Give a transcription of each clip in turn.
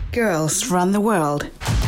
Girls Run the World.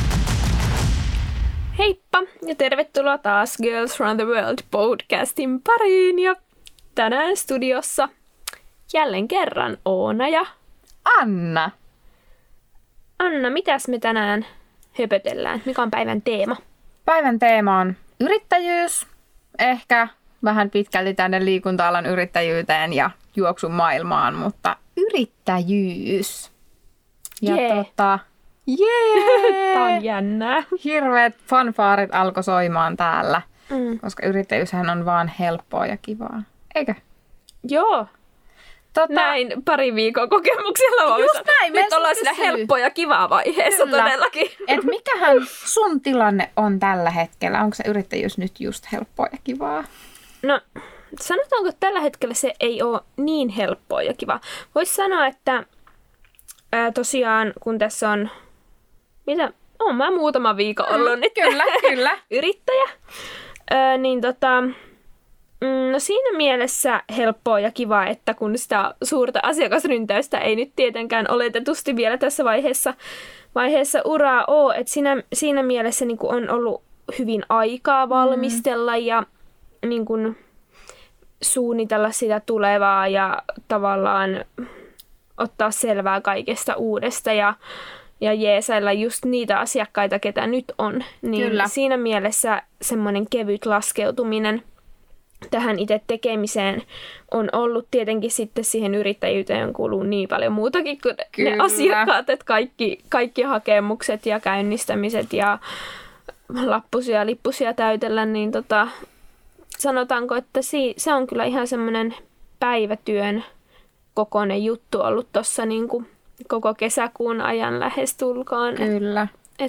Heippa ja tervetuloa taas Girls Run the World podcastin pariin. Ja tänään studiossa jälleen kerran Oona ja Anna. Anna, mitäs me tänään höpötellään? Mikä on päivän teema? Päivän teema on yrittäjyys. Ehkä vähän pitkälti tänne liikunta-alan yrittäjyyteen ja juoksun maailmaan, mutta yrittäjyys. Ja Jee. Jee! Tää on jännää. Hirveät fanfaarit alkoi soimaan täällä, koska yrittäjyyshän on vaan helppoa ja kivaa. Eikö? Joo. Näin pari viikon kokemuksella voisi. Just näin. Nyt ollaan siinä helppo ja kivaa vaiheessa todellakin. Et mikähän sun tilanne on tällä hetkellä? Onko se yrittäjyys nyt just helppoa ja kivaa? No, sanotaanko, että tällä hetkellä se ei ole niin helppoa ja kivaa. Voisi sanoa, että tosiaan kun tässä on, oon mä muutama viikon ollut nyt Kyllä. yrittäjä, niin no siinä mielessä helppoa ja kivaa, että kun sitä suurta asiakasryntäystä ei nyt tietenkään oletetusti vielä tässä vaiheessa uraa ole, että siinä mielessä niin kuin on ollut hyvin aikaa valmistella ja niin kuin suunnitella sitä tulevaa ja tavallaan ottaa selvää kaikesta uudesta ja jeesailla just niitä asiakkaita, ketä nyt on. Niin Kyllä. Siinä mielessä semmoinen kevyt laskeutuminen tähän itse tekemiseen on ollut. Tietenkin sitten siihen yrittäjyyteen kuuluu niin paljon muutakin kuin ne asiakkaat, että kaikki hakemukset ja käynnistämiset ja lappusia, lippusia täytellä, niin sanotaanko, että se on kyllä ihan semmoinen päivätyön kokoinen juttu ollut tuossa niin kuin koko kesäkuun ajan lähestulkoon. Kyllä.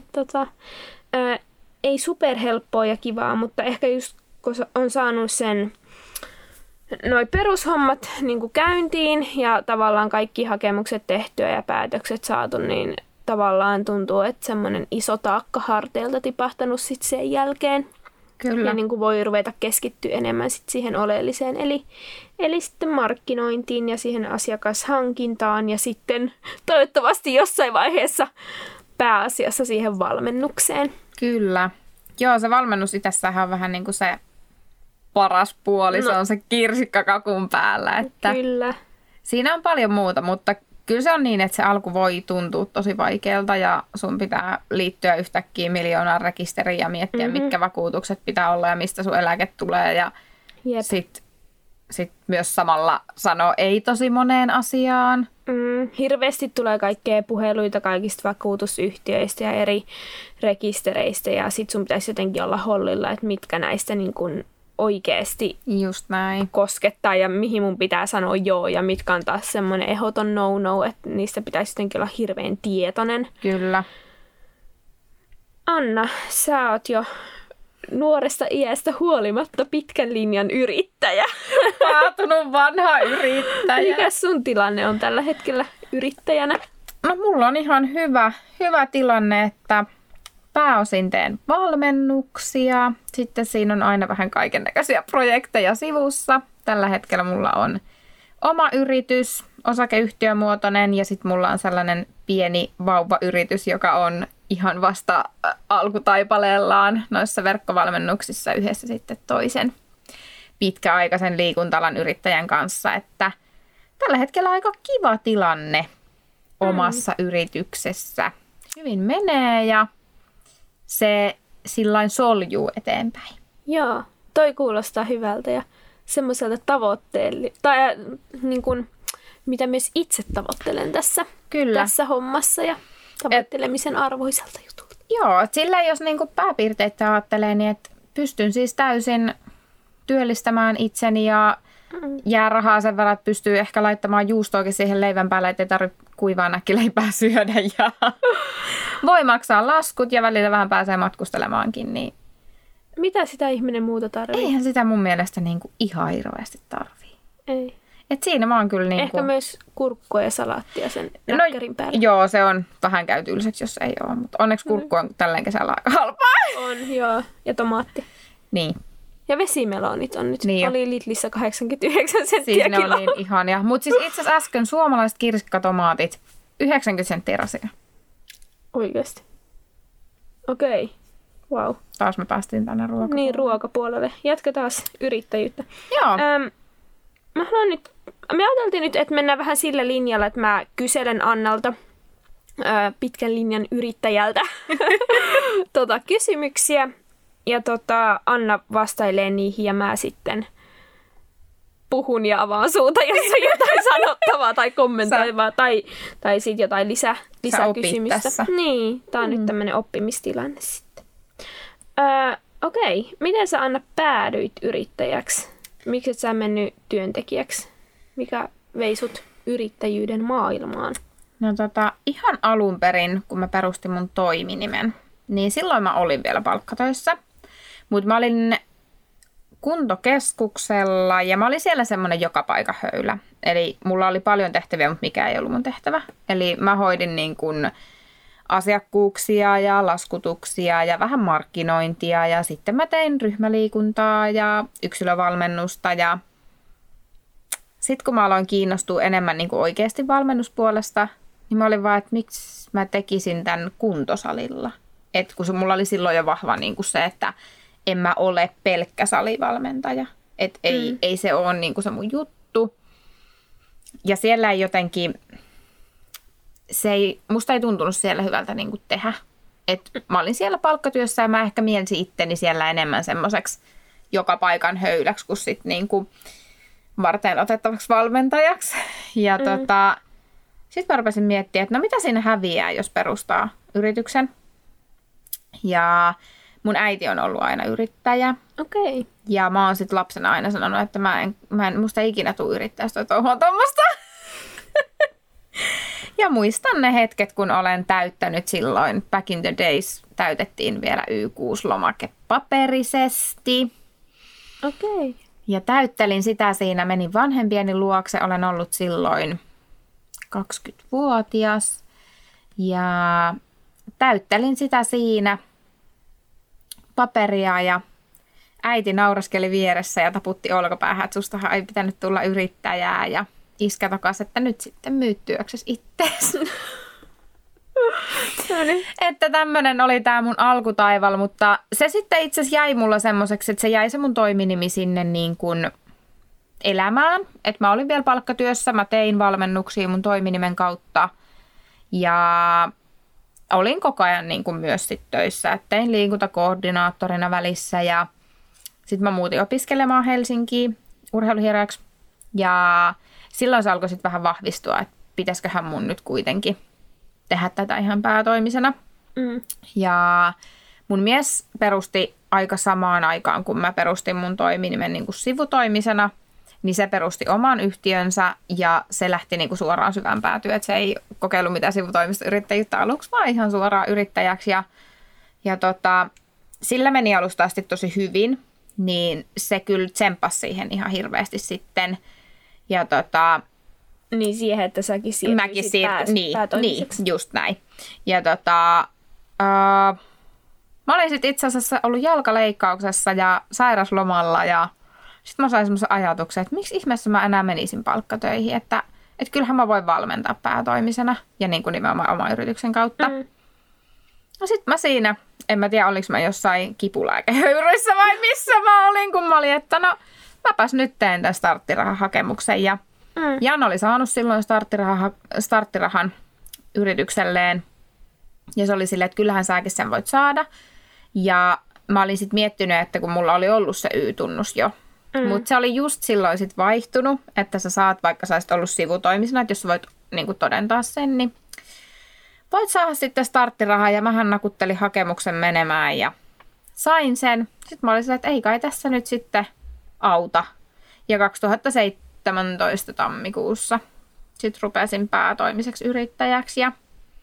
Ei superhelppoa ja kivaa, mutta ehkä just kun on saanut sen noi perushommat niin kuin käyntiin ja tavallaan kaikki hakemukset tehtyä ja päätökset saatu, niin tavallaan tuntuu, että semmoinen iso taakka harteilta tipahtanut sit sen jälkeen. Kyllä. Ja niin kuin voi ruveta keskittyä enemmän sit siihen oleelliseen, eli sitten markkinointiin ja siihen asiakashankintaan ja sitten toivottavasti jossain vaiheessa pääasiassa siihen valmennukseen. Kyllä. Joo, se valmennus itsessähän on vähän niin kuin se paras puoli, se on se kirsikka kakun päällä. Että kyllä. Siinä on paljon muuta, mutta kyllä se on niin, että se alku voi tuntua tosi vaikealta ja sun pitää liittyä yhtäkkiä miljoonaan rekisteriin ja miettiä, mitkä vakuutukset pitää olla ja mistä sun eläke tulee. Ja sit myös samalla sanoa ei tosi moneen asiaan. Hirveästi tulee kaikkea puheluita kaikista vakuutusyhtiöistä ja eri rekistereistä ja sit sun pitäisi jotenkin olla hollilla, että mitkä näistä niin kun oikeasti just näin koskettaa ja mihin mun pitää sanoa joo ja mitkä on taas semmoinen ehdoton no-no, että niistä pitäisi jotenkin olla hirveän tietoinen. Kyllä. Anna, sä oot jo nuoresta iästä huolimatta pitkän linjan yrittäjä. Paatunut vanha yrittäjä. Mikä sun tilanne on tällä hetkellä yrittäjänä? No mulla on ihan hyvä tilanne, että pääosin teen valmennuksia. Sitten siinä on aina vähän kaikennäköisiä projekteja sivussa. Tällä hetkellä mulla on oma yritys, osakeyhtiömuotoinen ja sitten mulla on sellainen pieni vauvayritys, joka on ihan vasta alkutaipaleellaan noissa verkkovalmennuksissa yhdessä sitten toisen pitkäaikaisen liikunta-alan yrittäjän kanssa. Että tällä hetkellä aika kiva tilanne omassa yrityksessä. Hyvin menee ja se sillain soljuu eteenpäin. Joo, toi kuulostaa hyvältä ja semmoiselta tai niin kuin, mitä myös itse tavoittelen tässä hommassa ja tavoittelemisen arvoiselta jutulta. Joo, sillä jos niin kuin pääpiirteitä ajattelee, niin että pystyn siis täysin työllistämään itseni ja jää rahaa sen verran, että pystyy ehkä laittamaan juustoakin siihen leivän päälle, ettei tarvitse kuivaa näkkileipää syödä ja voi maksaa laskut ja välillä vähän pääsee matkustelemaankin. Niin mitä sitä ihminen muuta tarvitsee? Eihän sitä mun mielestä niin kuin ihan hirveästi tarvii. Ei. Et siinä mä oon kyllä niin ehkä myös kurkkua ja salaattia sen räkkärin päälle. Joo, se on vähän käy tylsäksi, jos ei ole, mutta onneksi kurkku on tälleen kesällä aika halpaa. On, joo. Ja tomaatti. Niin. Ja vesimelonit on nyt. Niin oli Lidlissä 89 senttiä siis ne kilo. on niin ihania. Mutta siis itse asiassa äsken suomalaiset kirsikkatomaatit 90 senttiä rasia. Oikeasti. Okei. Wow. Taas me päästiin tänne ruokapuolelle. Niin, ruokapuolelle. Jatketaan yrittäjyyttä. Joo. Me ajateltiin nyt, että mennään vähän sillä linjalla, että mä kyselen Annalta, pitkän linjan yrittäjältä, kysymyksiä. Ja Anna vastailee niihin ja mä sitten puhun ja avaan suuta, jos on jotain sanottavaa tai kommentoivaa tai sitten jotain lisäkysymystä. Niin, tää on nyt tämmönen oppimistilanne sitten. Okei, miten sä Anna päädyit yrittäjäksi? Miksi et sä mennyt työntekijäksi? Mikä vei sut yrittäjyyden maailmaan? No ihan alun perin, kun mä perustin mun toiminimen, niin silloin mä olin vielä palkkatöissä. Mutta mä olin kuntokeskuksella ja mä olin siellä semmoinen joka paikan höylä. Eli mulla oli paljon tehtäviä, mutta mikä ei ollut mun tehtävä. Eli mä hoidin niin kun asiakkuuksia ja laskutuksia ja vähän markkinointia ja sitten mä tein ryhmäliikuntaa ja yksilövalmennusta ja sitten kun mä aloin kiinnostua enemmän niin kuin oikeasti valmennuspuolesta, niin mä olin vaan, että miksi mä tekisin tämän kuntosalilla. Et kun mulla oli silloin jo vahva niin kuin se, että en mä ole pelkkä salivalmentaja. Että ei se ole niin kuin se mun juttu. Ja siellä ei jotenkin, musta ei tuntunut siellä hyvältä niin kuin tehdä. Et mä olin siellä palkkatyössä ja mä ehkä mielsin itteni siellä enemmän semmoiseksi joka paikan höyläksi kuin sit niin kuin varten otettavaksi valmentajaksi. Ja sitten mä rupesin miettimään, että no mitä siinä häviää, jos perustaa yrityksen. Ja mun äiti on ollut aina yrittäjä. Okei. Okay. Ja mä oon sitten lapsena aina sanonut, että musta ei ikinä tule yrittäjästä touhua tommosta. Ja muistan ne hetket, kun olen täyttänyt silloin, back in the days, täytettiin vielä Y6-lomake paperisesti. Okei. Okay. Ja täyttelin sitä siinä, menin vanhempieni luokse, olen ollut silloin 20-vuotias. Ja täyttelin sitä siinä paperia ja äiti nauraskeli vieressä ja taputti olkapäähän, että sustahan ei pitänyt tulla yrittäjää. Ja iskä takasi, että nyt sitten myyt työksesi ittees. Että tämmönen oli tää mun alkutaival, mutta se sitten itse asiassa jäi mulla semmoiseksi, että se jäi se mun toiminimi sinne niin kuin elämään. Että mä olin vielä palkkatyössä, mä tein valmennuksia mun toiminimen kautta ja olin koko ajan niin kuin myös sit töissä. Et tein liikuntakoordinaattorina välissä ja sitten mä muutin opiskelemaan Helsinkiin urheiluhierojaksi ja silloin se alkoi sitten vähän vahvistua, että pitäisiköhän mun nyt kuitenkin tehdä tätä ihan päätoimisena. Ja mun mies perusti aika samaan aikaan, kun mä perustin mun toiminimen niin kuin sivutoimisena, niin se perusti oman yhtiönsä ja se lähti niin kuin suoraan syvään päätyyn, että se ei kokeillut mitään sivutoimista yrittäjyyttä aluksi, vaan ihan suoraan yrittäjäksi. Ja sillä meni alusta asti tosi hyvin, niin se kyllä tsemppasi siihen ihan hirveästi sitten. Ja niin siihen, että säkin siirtyisit päätoimiseksi. Niin, just näin. Ja mä olin sitten itse asiassa ollut jalkaleikkauksessa ja sairaslomalla ja sitten mä sain semmoisen ajatuksen, että miksi ihmeessä mä enää menisin palkkatöihin, että kyllähän mä voin valmentaa päätoimisena ja niin kuin nimenomaan oman yrityksen kautta. No sitten mä siinä, en mä tiedä oliko mä jossain kipulääkehöyryssä vai missä mä olin, kun mä olin, että no mäpäs nyt teen tämän starttirahahakemuksen ja Jan oli saanut silloin starttirahan yritykselleen ja se oli silleen, että kyllähän säkin sen voit saada. Ja mä olin sitten miettinyt, että kun mulla oli ollut se Y-tunnus jo, mutta se oli just silloin sitten vaihtunut, että sä saat, vaikka sä olisit ollut sivutoimisena, että jos sä voit niin todentaa sen, niin voit saada sitten starttirahaa ja mähän nakuttelin hakemuksen menemään ja sain sen. Sitten mä olin silleen, että ei kai tässä nyt sitten auta. Ja 2017 tammikuussa sitten rupesin päätoimiseksi yrittäjäksi ja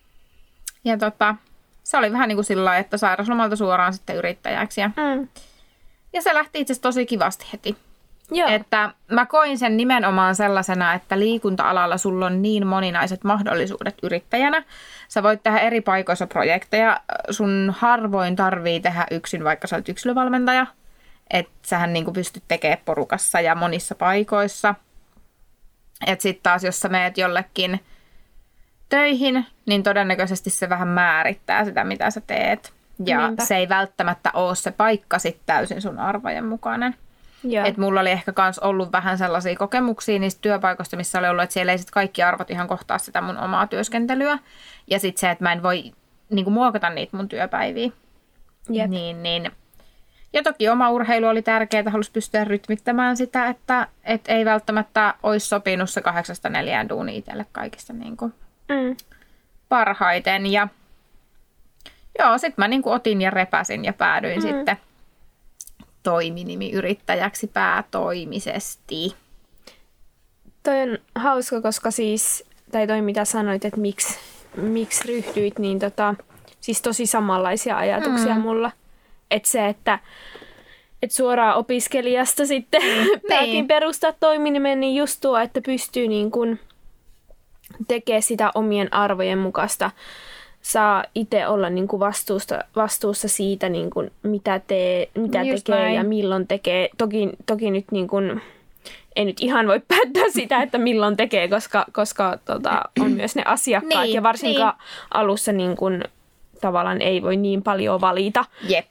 se oli vähän niin kuin sillä lailla, että sairauslomalta suoraan sitten yrittäjäksi. Ja se lähti itse asiassa tosi kivasti heti. Joo. Että mä koin sen nimenomaan sellaisena, että liikunta-alalla sulla on niin moninaiset mahdollisuudet yrittäjänä. Sä voit tehdä eri paikoissa projekteja. Sun harvoin tarvii tehdä yksin, vaikka sä olet yksilövalmentaja. Että sähän niin kuin pystyt tekemään porukassa ja monissa paikoissa. Että sitten taas, jos sä meet jollekin töihin, niin todennäköisesti se vähän määrittää sitä, mitä sä teet. Ja Niinpä. se ei välttämättä ole se paikka sit täysin sun arvojen mukainen. Joo. Et mulla oli ehkä kans ollut vähän sellaisia kokemuksia niistä työpaikoista, missä oli ollut, että siellä ei sit kaikki arvot ihan kohtaa sitä mun omaa työskentelyä. Ja sitten se, että mä en voi niinku muokata niitä mun työpäiviä. Jep. Niin. Ja toki oma urheilu oli tärkeää, halusi pystyä rytmittämään sitä, että ei välttämättä olisi sopinut se 8-4 duuni itselle kaikista niinku parhaiten. Ja joo, sit mä niinku otin ja repäsin ja päädyin sitten toiminimiyrittäjäksi päätoimisesti. Toi on hauska, koska siis, tai toi mitä sanoit, että miksi ryhdyit, niin siis tosi samanlaisia ajatuksia mulla. Että se, että suoraan opiskelijasta sitten päätin perustaa toiminimen, niin just tuo, että pystyy niin kun tekemään sitä omien arvojen mukaista. Saa itse olla niin kuin vastuussa siitä, niin kuin mitä tekee näin. Ja milloin tekee. Toki nyt niin kuin, ei nyt ihan voi päättää sitä, että milloin tekee, koska on myös ne asiakkaat. Niin, ja varsinkaan alussa niin kuin, tavallaan ei voi niin paljon valita. Jep.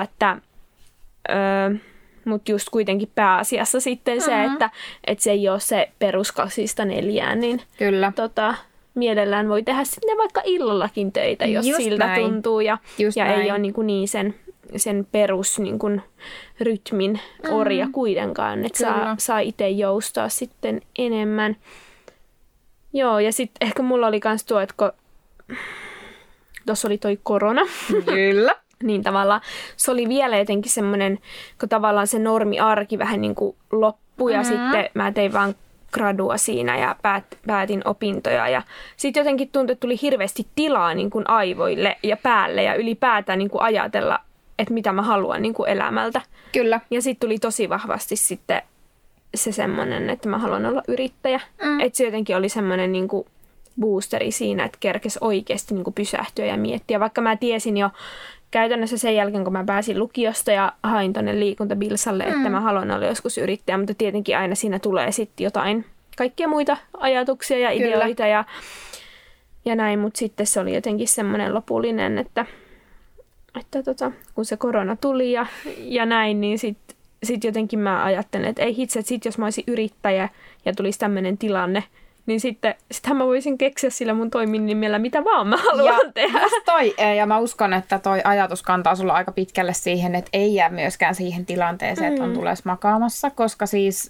Mutta just kuitenkin pääasiassa sitten se, että se ei ole se perus 2-4, niin Kyllä. Mielellään voi tehdä sitten vaikka illallakin töitä, jos Just siltä näin. tuntuu. Ja näin. ei ole niin sen perus rytmin orja kuitenkaan, että saa itse joustaa sitten enemmän. Joo, ja sitten ehkä mulla oli myös tuo, että kun tuossa oli toi korona, Kyllä. niin tavallaan se oli vielä jotenkin semmoinen, kun tavallaan se normi-arki vähän niin kuin loppui ja sitten mä tein vaan gradua siinä ja päätin opintoja. Ja sitten jotenkin tuntui, että tuli hirveästi tilaa niin kuin aivoille ja päälle ja ylipäätään niin kuin ajatella, että mitä mä haluan niin kuin elämältä. Kyllä. Ja sitten tuli tosi vahvasti sitten se semmoinen, että mä haluan olla yrittäjä. Että se jotenkin oli semmoinen niin kuin boosteri siinä, että kerkesi oikeasti niin kuin pysähtyä ja miettiä. Vaikka mä tiesin jo käytännössä sen jälkeen, kun mä pääsin lukiosta ja hain tonne liikuntabilsalle, että mä haluan olla joskus yrittäjä, mutta tietenkin aina siinä tulee sitten jotain kaikkia muita ajatuksia ja ideoita ja näin, mutta sitten se oli jotenkin semmoinen lopullinen, että kun se korona tuli ja näin, niin sitten jotenkin mä ajattelen, että ei hitse, että sit jos mä olisin yrittäjä ja tulisi tämmöinen tilanne, niin sittenhän mä voisin keksiä sillä mun toiminimellä mitä vaan mä haluan tehdä. Ja mä uskon, että toi ajatus kantaa sulla aika pitkälle siihen, että ei jää myöskään siihen tilanteeseen, että on tules makaamassa, koska siis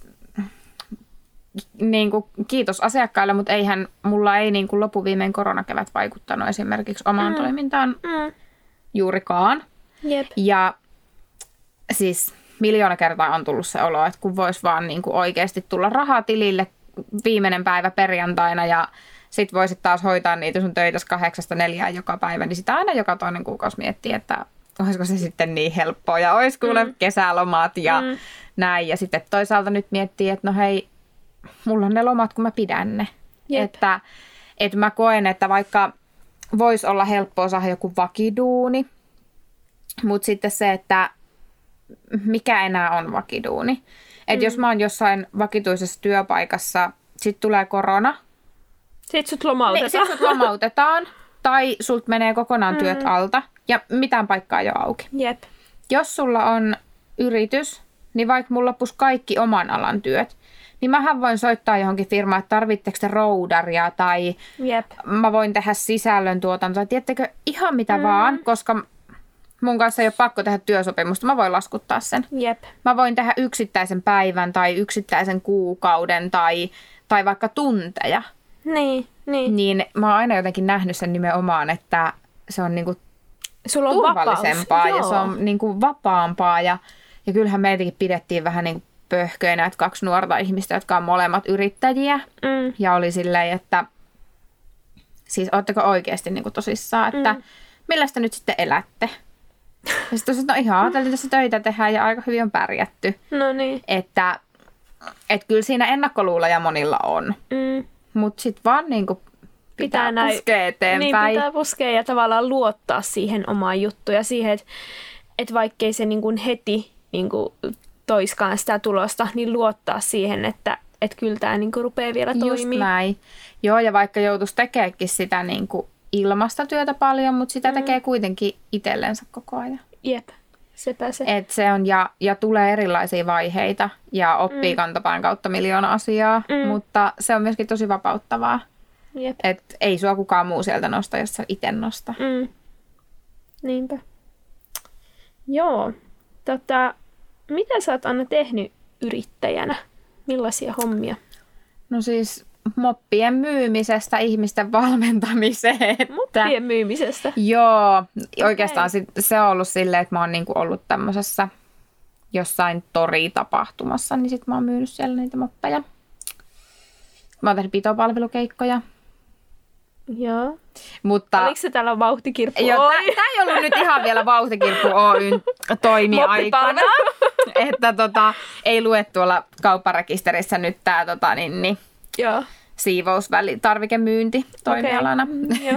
niin kuin, kiitos asiakkaille, mutta mulla ei niin kuin lopuviimein koronakevät vaikuttanut esimerkiksi omaan toimintaan juurikaan. Jep. Ja siis 1,000,000 kertaa on tullut se olo, että kun vois vaan niin kuin oikeasti tulla rahaa tilille viimeinen päivä perjantaina ja sit voisit taas hoitaa niitä sun töitä 8-4 joka päivä, niin sitä aina joka toinen kuukausi miettii, että olisiko se sitten niin helppoa ja olis kuule kesälomat ja näin. Ja sitten toisaalta nyt miettii, että no hei, mulla on ne lomat, kun mä pidän ne. Että mä koen, että vaikka voisi olla helppoa saada joku vakiduuni, mutta sitten se, että mikä enää on vakiduuni. Että jos mä oon jossain vakituisessa työpaikassa, sit tulee korona. Sitten sut lomautetaan. Sitten sut lomautetaan tai sulta menee kokonaan työt alta ja mitään paikkaa ei ole auki. Jep. Jos sulla on yritys, niin vaikka mulla loppus kaikki oman alan työt, niin mähän voin soittaa johonkin firmaan, että tarvitteko te roudaria tai mä voin tehdä sisällöntuotantoa. Tiedättekö ihan mitä vaan, koska mun kanssa ei ole pakko tehdä työsopimusta. Mä voin laskuttaa sen. Jep. Mä voin tehdä yksittäisen päivän tai yksittäisen kuukauden tai vaikka tunteja. Niin. Niin mä oon aina jotenkin nähnyt sen nimenomaan, että se on niinku sulla on turvallisempaa vapaus. Ja se on niinku vapaampaa. Ja kyllähän meitäkin pidettiin vähän niin pöhköinä, että 2 nuorta ihmistä, jotka on molemmat yrittäjiä. Ja oli silleen, että siis ootteko oikeasti niinku tosissaan, että millä sitä nyt sitten elätte? Ja sitten no ihan ajattelin, että tässä töitä tehdään ja aika hyvin on pärjätty. No niin. Että kyllä siinä ennakkoluuloja monilla on. Mutta sitten vaan niinku pitää puskea eteenpäin. Niin, pitää puskea ja tavallaan luottaa siihen omaan juttuun ja siihen, että vaikkei se niinku heti niinku toiskaan sitä tulosta, niin luottaa siihen, että että kyllä tämä niinku rupeaa vielä Just toimii. näin. Joo, ja vaikka joutuisi tekeekin sitä niinku ilmasta työtä paljon, mutta sitä tekee kuitenkin itsellensä koko ajan. Jep, sepä se. Et se on, ja tulee erilaisia vaiheita ja oppii kantapään kautta miljoona asiaa, mutta se on myöskin tosi vapauttavaa. Jep. Et ei sua kukaan muu sieltä nosta, jos sä itse nosta. Niinpä. Joo. Mitä sä oot, Anna, tehnyt yrittäjänä? Millaisia hommia? No siis moppien myymisestä ihmisten valmentamiseen. Moppien myymisestä? Joo, oikeastaan se on ollut silleen, että mä oon niinku ollut tämmöisessä jossain toritapahtumassa, niin sit mä oon myynyt siellä niitä moppeja. Mä oon tehnyt pitopalvelukeikkoja. Joo. Mutta oliko se täällä vauhtikirppu? Joo, tää ei ollut nyt ihan vielä vauhtikirppu Oyn toimiaikana. Että ei lue tuolla kaupparekisterissä nyt tää Joo. siivoustarvikemyynti toimialana. Okay.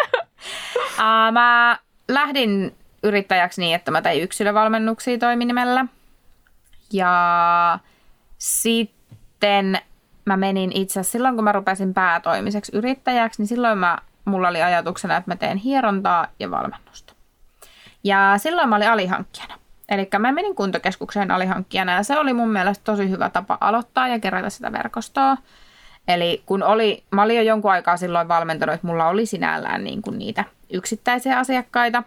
Mä lähdin yrittäjäksi niin, että mä tein yksilövalmennuksia toiminimellä. Ja sitten mä menin itse asiassa silloin, kun mä rupesin päätoimiseksi yrittäjäksi, niin silloin mulla oli ajatuksena, että mä teen hierontaa ja valmennusta. Ja silloin mä olin alihankkijana. Eli mä menin kuntokeskukseen alihankkijana ja se oli mun mielestä tosi hyvä tapa aloittaa ja kerätä sitä verkostoa. Eli kun mä olin jo jonkun aikaa silloin valmentanut, että mulla oli sinällään niin kuin niitä yksittäisiä asiakkaita.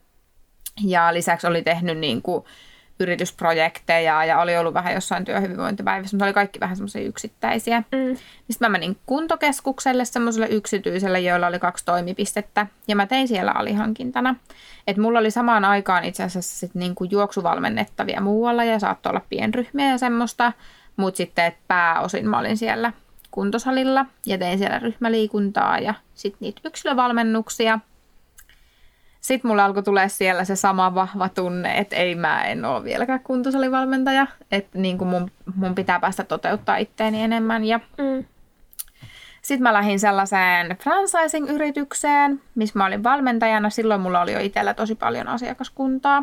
Ja lisäksi oli tehnyt niin kuin yritysprojekteja ja oli ollut vähän jossain työhyvinvointipäivissä, mutta oli kaikki vähän semmoisia yksittäisiä. Sitten mä menin kuntokeskukselle, semmoiselle yksityiselle, joilla oli 2 toimipistettä ja mä tein siellä alihankintana. Et mulla oli samaan aikaan itse asiassa sit niinku juoksuvalmennettavia muualla ja saattoi olla pienryhmiä ja semmoista, mutta sitten pääosin mä olin siellä kuntosalilla ja tein siellä ryhmäliikuntaa ja sitten niitä yksilövalmennuksia. Sitten mulla alkoi tulee siellä se sama vahva tunne, että mä en ole vieläkään kuntosalivalmentaja. Että niin kuin mun pitää päästä toteuttaa itteeni enemmän. Sitten mä lähdin sellaiseen franchising-yritykseen, missä mä olin valmentajana. Silloin mulla oli jo itsellä tosi paljon asiakaskuntaa.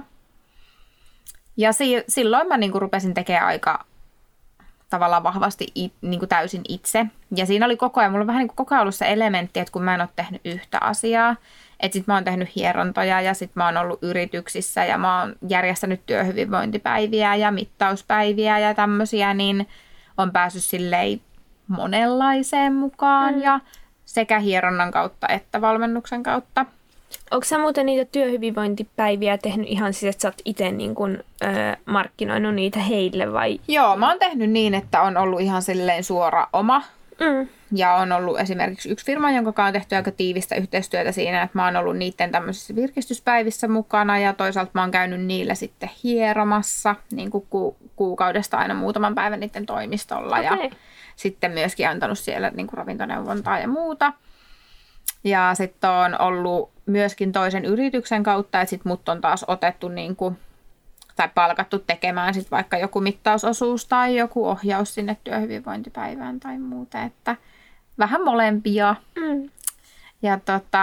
Ja silloin mä niin kuin rupesin tekemään aika tavallaan vahvasti niin kuin täysin itse. Ja siinä oli koko ajan, mulla on vähän niin kuin koko ajan ollut se elementti, että kun mä en ole tehnyt yhtä asiaa, että sit mä oon tehnyt hierontoja ja sit mä oon ollut yrityksissä ja mä oon järjestänyt työhyvinvointipäiviä ja mittauspäiviä ja tämmöisiä, niin on päässyt silleen monenlaiseen mukaan ja sekä hieronnan kautta että valmennuksen kautta. Onko sä muuten niitä työhyvinvointipäiviä tehnyt ihan siis, että sä oot itse niin kun, markkinoinut niitä heille vai? Joo, mä oon tehnyt niin, että on ollut ihan silleen suora oma. Ja on ollut esimerkiksi yksi firma, jonka kanssa on tehty aika tiivistä yhteistyötä siinä, että mä oon ollut niiden tämmöisissä virkistyspäivissä mukana ja toisaalta mä oon käynyt niillä sitten hieromassa niin kuin kuukaudesta aina muutaman päivän niiden toimistolla ja sitten myöskin antanut siellä niin kuin ravintoneuvontaa ja muuta. Ja sitten on ollut myöskin toisen yrityksen kautta, että sitten mut on taas otettu niin kuin, tai palkattu tekemään sit vaikka joku mittausosuus tai joku ohjaus sinne työhyvinvointipäivään tai muuta, että vähän molempia. Ja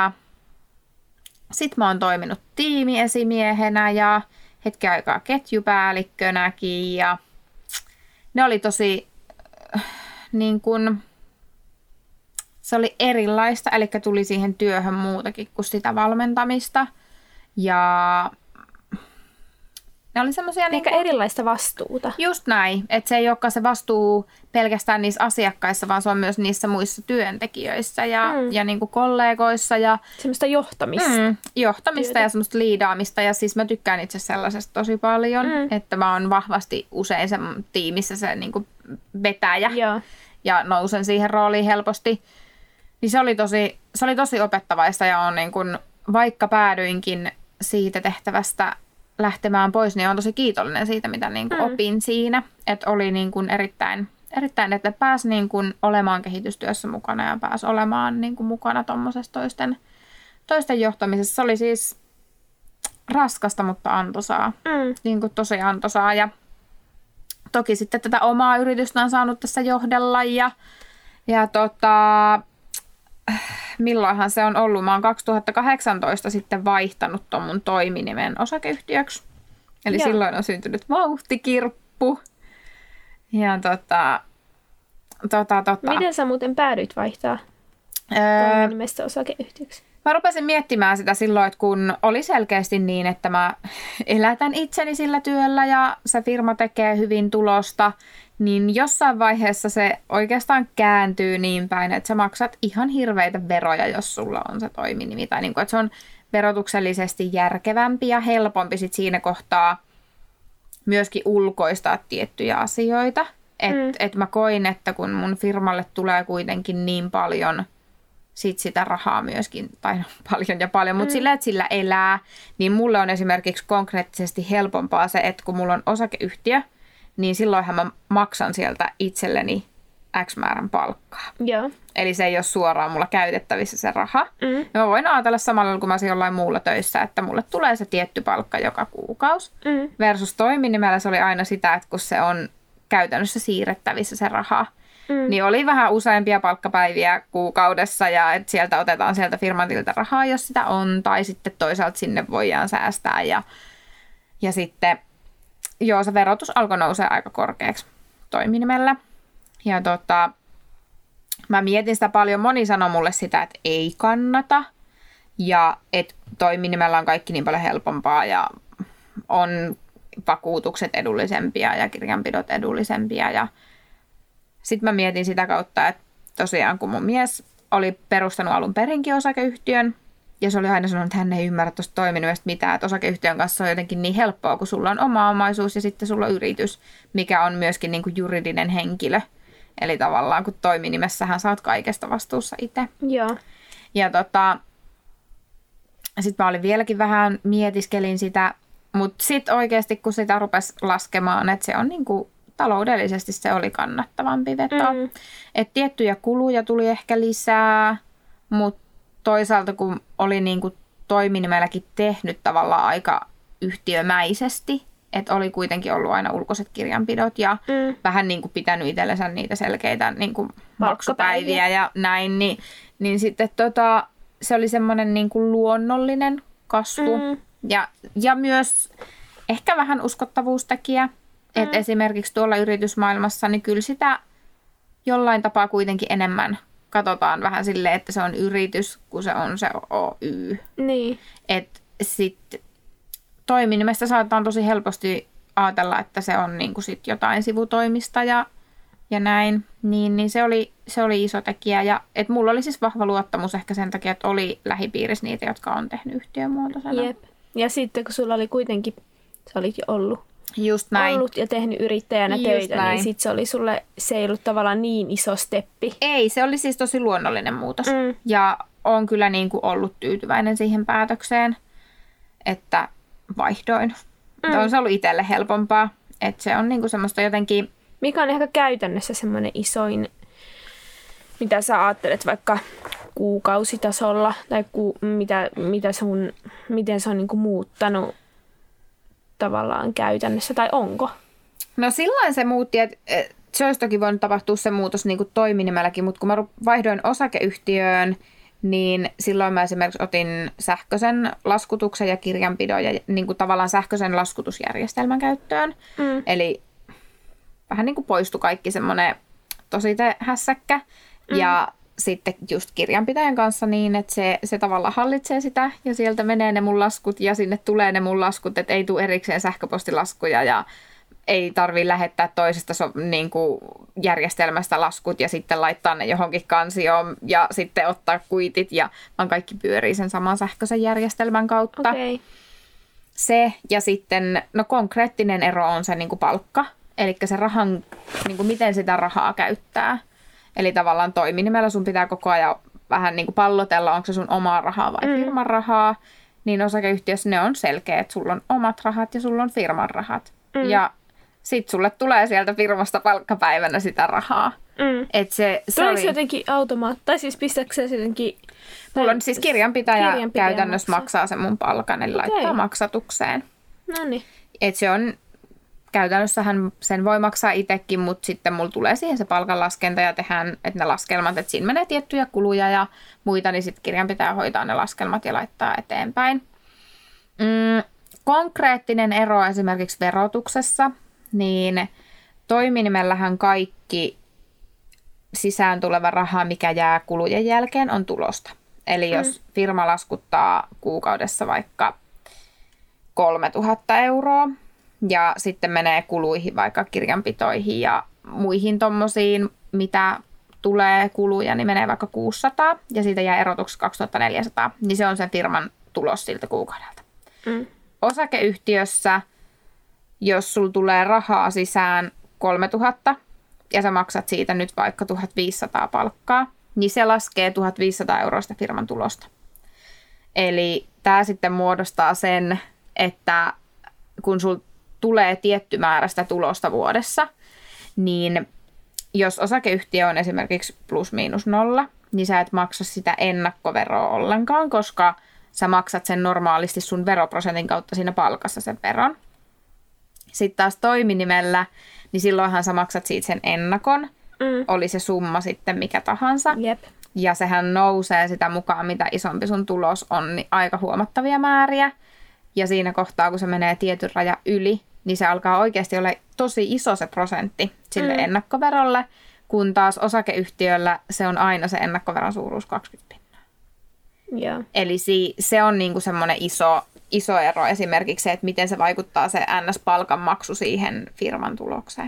sit mä oon toiminut tiimiesimiehenä ja hetken aikaa ketjupäällikkönäkin ja ne oli tosi niin kun, se oli erilaista, eli tuli siihen työhön muutakin kuin sitä valmentamista ja ne oli semmoisia ehkä erilaista vastuuta. Just näin, että se ei olekaan se vastuu pelkästään niissä asiakkaissa, vaan se on myös niissä muissa työntekijöissä ja niin kuin kollegoissa. Ja semmoista johtamista. Johtamista ja semmoista liidaamista. Ja siis mä tykkään itse sellaisesta tosi paljon, että mä oon vahvasti usein se tiimissä se niin kuin vetäjä ja nousen siihen rooliin helposti. Niin se oli tosi opettavaista ja on niin kuin, vaikka päädyinkin siitä tehtävästä lähtemään pois, niin olen tosi kiitollinen siitä, mitä niin kuin opin siinä. Että oli niin kuin erittäin, että pääsi niin kuin olemaan kehitystyössä mukana ja pääsi olemaan niin kuin mukana tuommoisessa toisten johtamisessa. Se oli siis raskasta, mutta antoisaa. Niin kuin tosi antoisaa. Ja toki sitten tätä omaa yritystä on saanut tässä johdella ja milloinhan se on ollut? Mä oon 2018 sitten vaihtanut ton mun toiminimen osakeyhtiöksi. Eli silloin on syntynyt Vauhtikirppu. Ja Miten sä muuten päädyit vaihtaa nimestä osakeyhtiöksi? Mä rupesin miettimään sitä silloin, että kun oli selkeästi niin, että mä elätän itseni sillä työllä ja se firma tekee hyvin tulosta, niin jossain vaiheessa se oikeastaan kääntyy niin päin, että sä maksat ihan hirveitä veroja, jos sulla on se toiminimi. Tai niin kuin, että se on verotuksellisesti järkevämpi ja helpompi sit siinä kohtaa myöskin ulkoistaa tiettyjä asioita. Et mä koin, että kun mun firmalle tulee kuitenkin niin paljon sitä rahaa myöskin, tai paljon ja paljon, mutta sillä, että sillä elää, niin mulle on esimerkiksi konkreettisesti helpompaa se, että kun mulla on osakeyhtiö, niin silloinhan mä maksan sieltä itselleni X määrän palkkaa. Joo. Eli se ei ole suoraan mulla käytettävissä se raha. Ja mä voin ajatella samalla, kun mä olisin jollain muulla töissä, että mulle tulee se tietty palkka joka kuukausi. Versus toiminimellä se oli aina sitä, että kun se on käytännössä siirrettävissä se raha, niin oli vähän useampia palkkapäiviä kuukaudessa ja että sieltä otetaan sieltä firman tililtä rahaa, jos sitä on, tai sitten toisaalta sinne voidaan säästää. Ja sitten se verotus alkoi nousea aika korkeaksi toiminimellä. Ja mä mietin sitä paljon. Moni sanoi mulle sitä, että ei kannata. Ja että toiminimellä on kaikki niin paljon helpompaa ja on vakuutukset edullisempia ja kirjanpidot edullisempia. Ja sitten mä mietin sitä kautta, että tosiaan kun mun mies oli perustanut alun perinkin osakeyhtiön, ja se oli aina sanonut, että hän ei ymmärrä tuosta toiminimesta mitään, että osakeyhtiön kanssa on jotenkin niin helppoa, kun sulla on oma omaisuus ja sitten sulla on yritys, mikä on myöskin niin kuin juridinen henkilö. Eli tavallaan kun toiminimessähän sä oot kaikesta vastuussa itse. Joo. Ja sitten mä olin vieläkin vähän mietiskelin sitä, mutta sitten oikeasti kun sitä rupesi laskemaan, että se on niin kuin taloudellisesti se oli kannattavampi veto. Että tiettyjä kuluja tuli ehkä lisää, mutta toisaalta kun oli niin kuin toiminimelläkin tehnyt tavallaan aika yhtiömäisesti, että oli kuitenkin ollut aina ulkoiset kirjanpidot ja vähän niin kuin pitänyt itsellensä niitä selkeitä niin kuin maksupäiviä ja näin, niin sitten se oli semmoinen niin kuin luonnollinen kasvu ja myös ehkä vähän uskottavuustekijä. Että esimerkiksi tuolla yritysmaailmassa, niin kyllä sitä jollain tapaa kuitenkin enemmän katsotaan vähän silleen, että se on yritys, kun se on se Oy. Niin. Että sitten toiminimestä saatetaan tosi helposti ajatella, että se on niinku sit jotain sivutoimista ja näin. Niin se oli iso tekijä. Ja et mulla oli siis vahva luottamus ehkä sen takia, että oli lähipiirissä niitä, jotka on tehnyt yhtiömuotoisena. Jep. Ja sitten kun sulla oli kuitenkin, sä olitkin ollut ja tehnyt yrittäjänä töitä, niin sitten se oli sulle, se ei ollut tavallaan niin iso steppi. Ei, se oli siis tosi luonnollinen muutos. Ja on kyllä niin kuin ollut tyytyväinen siihen päätökseen, että vaihdoin. On se ollut itselle helpompaa, että se on niin kuin semmoista jotenkin... Mikä on ehkä käytännössä semmoinen isoin, mitä sä ajattelet vaikka kuukausitasolla, tai miten se on niin kuin muuttanut tavallaan käytännössä, tai onko? No silloin se muutti, että se olisi toki voinut tapahtua se muutos niin kuin toiminimelläkin, mutta kun mä vaihdoin osakeyhtiöön, niin silloin mä esimerkiksi otin sähköisen laskutuksen ja kirjanpidon ja niin kuin tavallaan sähköisen laskutusjärjestelmän käyttöön. Eli vähän niin kuin poistui kaikki semmoinen tosite-hässäkkä. Ja sitten just kirjanpitäjän kanssa niin, että se tavallaan hallitsee sitä ja sieltä menee ne mun laskut ja sinne tulee ne mun laskut, että ei tule erikseen sähköpostilaskuja ja ei tarvitse lähettää toisesta niin kuin järjestelmästä laskut ja sitten laittaa ne johonkin kansioon ja sitten ottaa kuitit ja vaan kaikki pyörii sen saman sähköisen järjestelmän kautta. Okay. Se ja sitten, no konkreettinen ero on se niin kuin palkka, eli se rahan, niin kuin miten sitä rahaa käyttää. Eli tavallaan toiminimellä sun pitää koko ajan vähän niin kuin pallotella, onko se sun omaa rahaa vai firman rahaa. Niin osakeyhtiössä ne on selkeä, että sulla on omat rahat ja sulla on firman rahat. Ja sit sulle tulee sieltä firmasta palkkapäivänä sitä rahaa. Et se oli jotenkin tai siis pistääkö se jotenkin... Mulla on siis kirjanpitäjä käytännössä maksaa sen mun palkan, eli laittaa maksatukseen. Noniin. Et se on... Käytännössähän sen voi maksaa itsekin, mutta sitten mulla tulee siihen se palkanlaskenta ja tehdään, että ne laskelmat, että siinä menee tiettyjä kuluja ja muita, niin sitten kirjanpitäjä hoitaa ne laskelmat ja laittaa eteenpäin. Konkreettinen ero esimerkiksi verotuksessa, niin toiminimellähän kaikki sisään tuleva raha, mikä jää kulujen jälkeen, on tulosta. Eli jos firma laskuttaa kuukaudessa vaikka 3 000 euroa ja sitten menee kuluihin, vaikka kirjanpitoihin ja muihin tommosiin, mitä tulee kuluja, niin menee vaikka 600 ja siitä jää erotuksi 2400, niin se on sen firman tulos siltä kuukaudelta. Osakeyhtiössä, jos sulla tulee rahaa sisään 3000 ja sä maksat siitä nyt vaikka 1500 palkkaa, niin se laskee 1500 euroista firman tulosta. Eli tämä sitten muodostaa sen, että kun sul tulee tietty määrä sitä tulosta vuodessa, niin jos osakeyhtiö on esimerkiksi plus miinus 0, niin sä et maksa sitä ennakkoveroa ollenkaan, koska sä maksat sen normaalisti sun veroprosentin kautta siinä palkassa sen veron. Sitten taas toiminimellä, niin silloinhan sä maksat siitä sen ennakon, oli se summa sitten mikä tahansa. Jep. Ja sehän nousee sitä mukaan, mitä isompi sun tulos on, niin aika huomattavia määriä. Ja siinä kohtaa, kun se menee tietyn rajan yli, niin se alkaa oikeasti olla tosi iso se prosentti sille ennakkoverolle, kun taas osakeyhtiöllä se on aina se ennakkoveron suuruus 20%. Yeah. Eli se on niinku semmoinen iso ero esimerkiksi se, että miten se vaikuttaa se NS-palkanmaksu siihen firman tulokseen.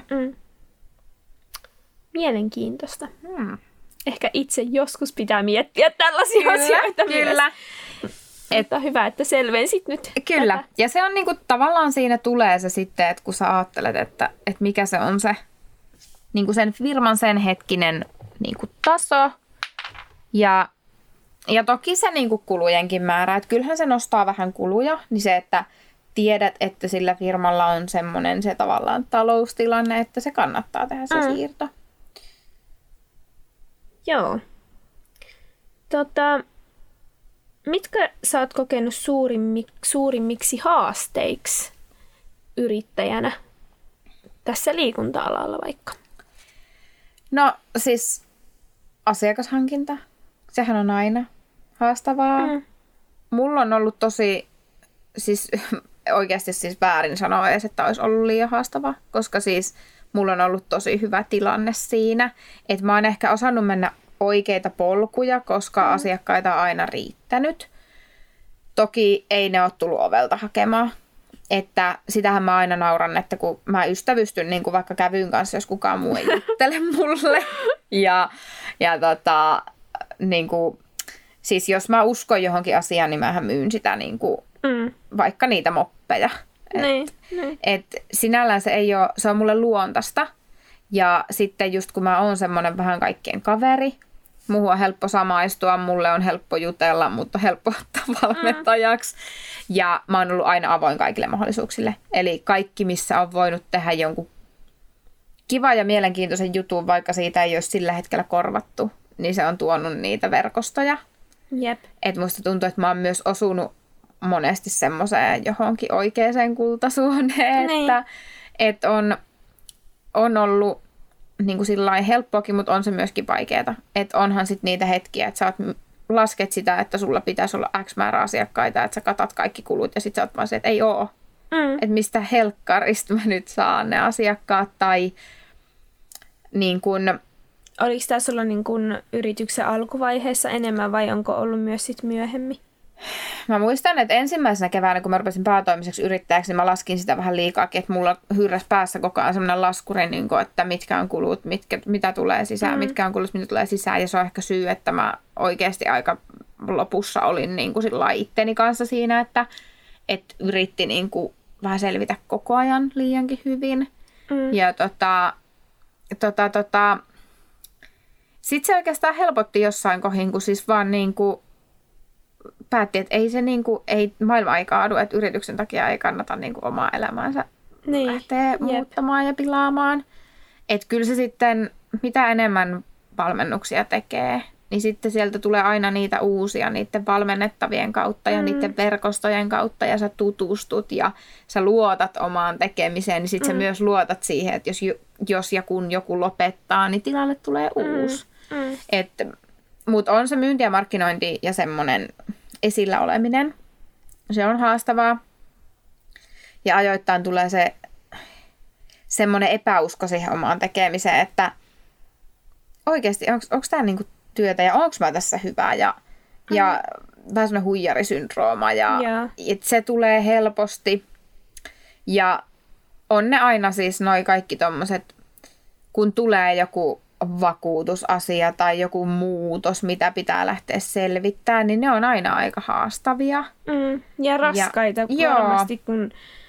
Mielenkiintoista. Ehkä itse joskus pitää miettiä tällaisia asioita Kyllä. Että hyvä, että selvensit nyt. Kyllä. Tätä. Ja se on niinku, tavallaan siinä tulee se sitten, että kun sä ajattelet, että mikä se on se niinku sen firman sen hetkinen niinku taso ja toki se niinku kulujenkin määrä, että kyllähän se nostaa vähän kuluja, niin se, että tiedät, että sillä firmalla on semmoinen se tavallaan taloustilanne, että se kannattaa tehdä se siirto. Joo. Mitkä sä oot kokenut suurimmiksi haasteiksi yrittäjänä tässä liikunta-alalla vaikka? No siis asiakashankinta, sehän on aina haastavaa. Mulla on ollut tosi, siis oikeasti siis väärin sanoa edes, että olisi ollut liian haastavaa, koska siis mulla on ollut tosi hyvä tilanne siinä, että mä oon ehkä osannut mennä oikeita polkuja, koska asiakkaita on aina riittänyt. Toki ei ne ole tullut ovelta hakemaan. Että sitähän mä aina nauran, että kun mä ystävystyn niin kuin vaikka kävyn kanssa, jos kukaan muu ei juttele mulle. Niin kuin, siis jos mä uskon johonkin asiaan, niin mähän myyn sitä niin kuin, vaikka niitä moppeja. Et sinällään se on mulle luontaista. Ja sitten just kun mä oon semmoinen vähän kaikkien kaveri, muuhun on helppo samaistua, mulle on helppo jutella, mutta helppo ottaa valmentajaksi. Ja mä oon ollut aina avoin kaikille mahdollisuuksille. Eli kaikki, missä on voinut tehdä jonkun kiva ja mielenkiintoisen jutun, vaikka siitä ei ole sillä hetkellä korvattu, niin se on tuonut niitä verkostoja. Jep. Et musta tuntuu, että mä oon myös osunut monesti semmoiseen johonkin oikeaan kultasuoneen, että on ollut niin kuin sillain helppoakin, mutta on se myöskin vaikeaa. Että onhan sitten niitä hetkiä, että sä lasket sitä, että sulla pitäisi olla X määrä asiakkaita, että sä katat kaikki kulut ja sitten sä oot vaan se, että ei oo. Että mistä helkkarista mä nyt saan ne asiakkaat tai niin kuin... Oliko tämä sulla niin kuin yrityksen alkuvaiheessa enemmän vai onko ollut myös sit myöhemmin? Mä muistan, että ensimmäisenä keväänä, kun mä rupesin päätoimiseksi yrittäjäksi, niin mä laskin sitä vähän liikaakin, että mulla hyrräsi päässä koko ajan semmoinen laskuri, niin kuin, että mitkä on kulut, mitä tulee sisään, mitkä on kulut, mitä tulee sisään. Ja se on ehkä syy, että mä oikeasti aika lopussa olin niin kuin itteni kanssa siinä, että yritti niin kuin vähän selvitä koko ajan liiankin hyvin. Ja sitten se oikeastaan helpotti jossain kohin, kun siis vaan niin kuin päätti, että ei se ei maailma ei kaadu, että yrityksen takia ei kannata omaa elämäänsä lähteä muuttamaan ja pilaamaan. Että kyllä se sitten, mitä enemmän valmennuksia tekee, niin sitten sieltä tulee aina niitä uusia niiden valmennettavien kautta ja niiden verkostojen kautta ja sä tutustut ja sä luotat omaan tekemiseen, niin sitten sä myös luotat siihen, että jos ja kun joku lopettaa, niin tilalle tulee uusi. Mutta on se myynti ja markkinointi ja semmoinen esillä oleminen. Se on haastavaa. Ja ajoittain tulee se semmoinen epäusko siihen omaan tekemiseen, että oikeasti, onko tämä niinku työtä ja onko mä tässä hyvä ja vähän semmoinen huijarisyndrooma ja että se tulee helposti ja on ne aina siis noi kaikki tommoset, kun tulee joku vakuutusasia tai joku muutos, mitä pitää lähteä selvittämään, niin ne on aina aika haastavia. Ja raskaita varmasti, kun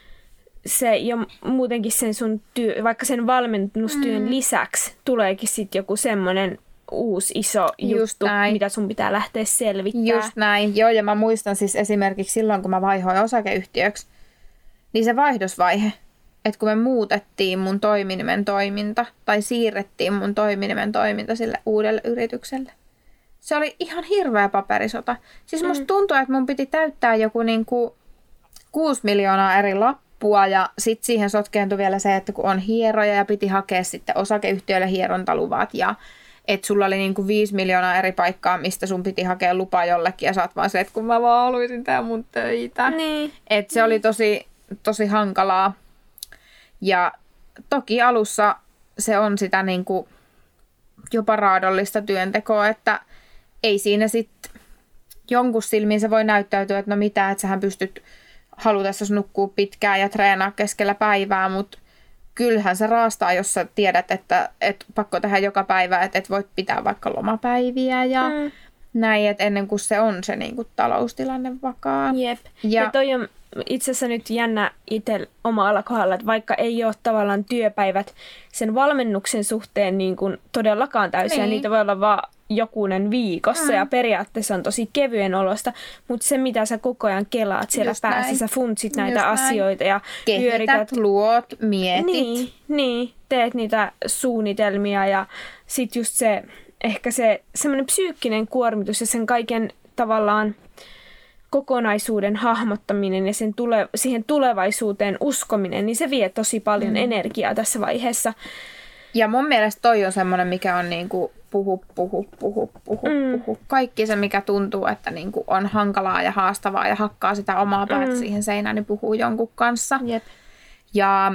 se jo muutenkin sen sun vaikka sen valmennustyön lisäksi tuleekin sitten joku semmoinen uusi iso juttu, mitä sun pitää lähteä selvittämään. Just näin. Joo, ja mä muistan siis esimerkiksi silloin, kun mä vaihoin osakeyhtiöksi, niin se vaihdosvaihe, että kun me muutettiin mun toiminimen toiminta tai siirrettiin mun toiminimen toiminta sille uudelle yritykselle. Se oli ihan hirveä paperisota. Siis musta tuntuu, että mun piti täyttää joku niinku 6 miljoonaa eri lappua ja sitten siihen sotkeentui vielä se, että kun on hieroja ja piti hakea sitten osakeyhtiöille hierontaluvat ja että sulla oli niinku 5 miljoonaa eri paikkaa, mistä sun piti hakea lupa jollekin ja sä oot vaan se, että kun mä vaan haluaisin tää mun töitä. Niin. Että se oli tosi hankalaa. Ja toki alussa se on sitä niinku jopa raadollista työntekoa, että ei siinä sitten jonkun silmiin se voi näyttäytyä, että no mitä, että sähän pystyt halutessasi nukkua pitkään ja treenaa keskellä päivää, mutta kyllähän se raastaa, jos sä tiedät, että pakko tehdä joka päivä, että et voit pitää vaikka lomapäiviä ja näin, että ennen kuin se on se niinku taloustilanne vakaa. Jep. Ja toi on itse asiassa nyt jännä itse omalla kohdalla, että vaikka ei ole tavallaan työpäivät sen valmennuksen suhteen niin kuin todellakaan täysiä, niin niitä voi olla vaan jokunen viikossa ja periaatteessa on tosi kevyen olosta, mutta se mitä sä koko ajan kelaat siellä päässä, sä funtsit näitä asioita ja kehität, luot, mietit. Niin, teet niitä suunnitelmia ja sit just se, ehkä se semmoinen psyykkinen kuormitus ja sen kaiken tavallaan kokonaisuuden hahmottaminen ja siihen tulevaisuuteen uskominen, niin se vie tosi paljon energiaa tässä vaiheessa. Ja mun mielestä toi on semmoinen, mikä on niinku puhu. Kaikki se, mikä tuntuu, että niinku on hankalaa ja haastavaa ja hakkaa sitä omaa päätä siihen seinään, niin puhuu jonkun kanssa. Jep. Ja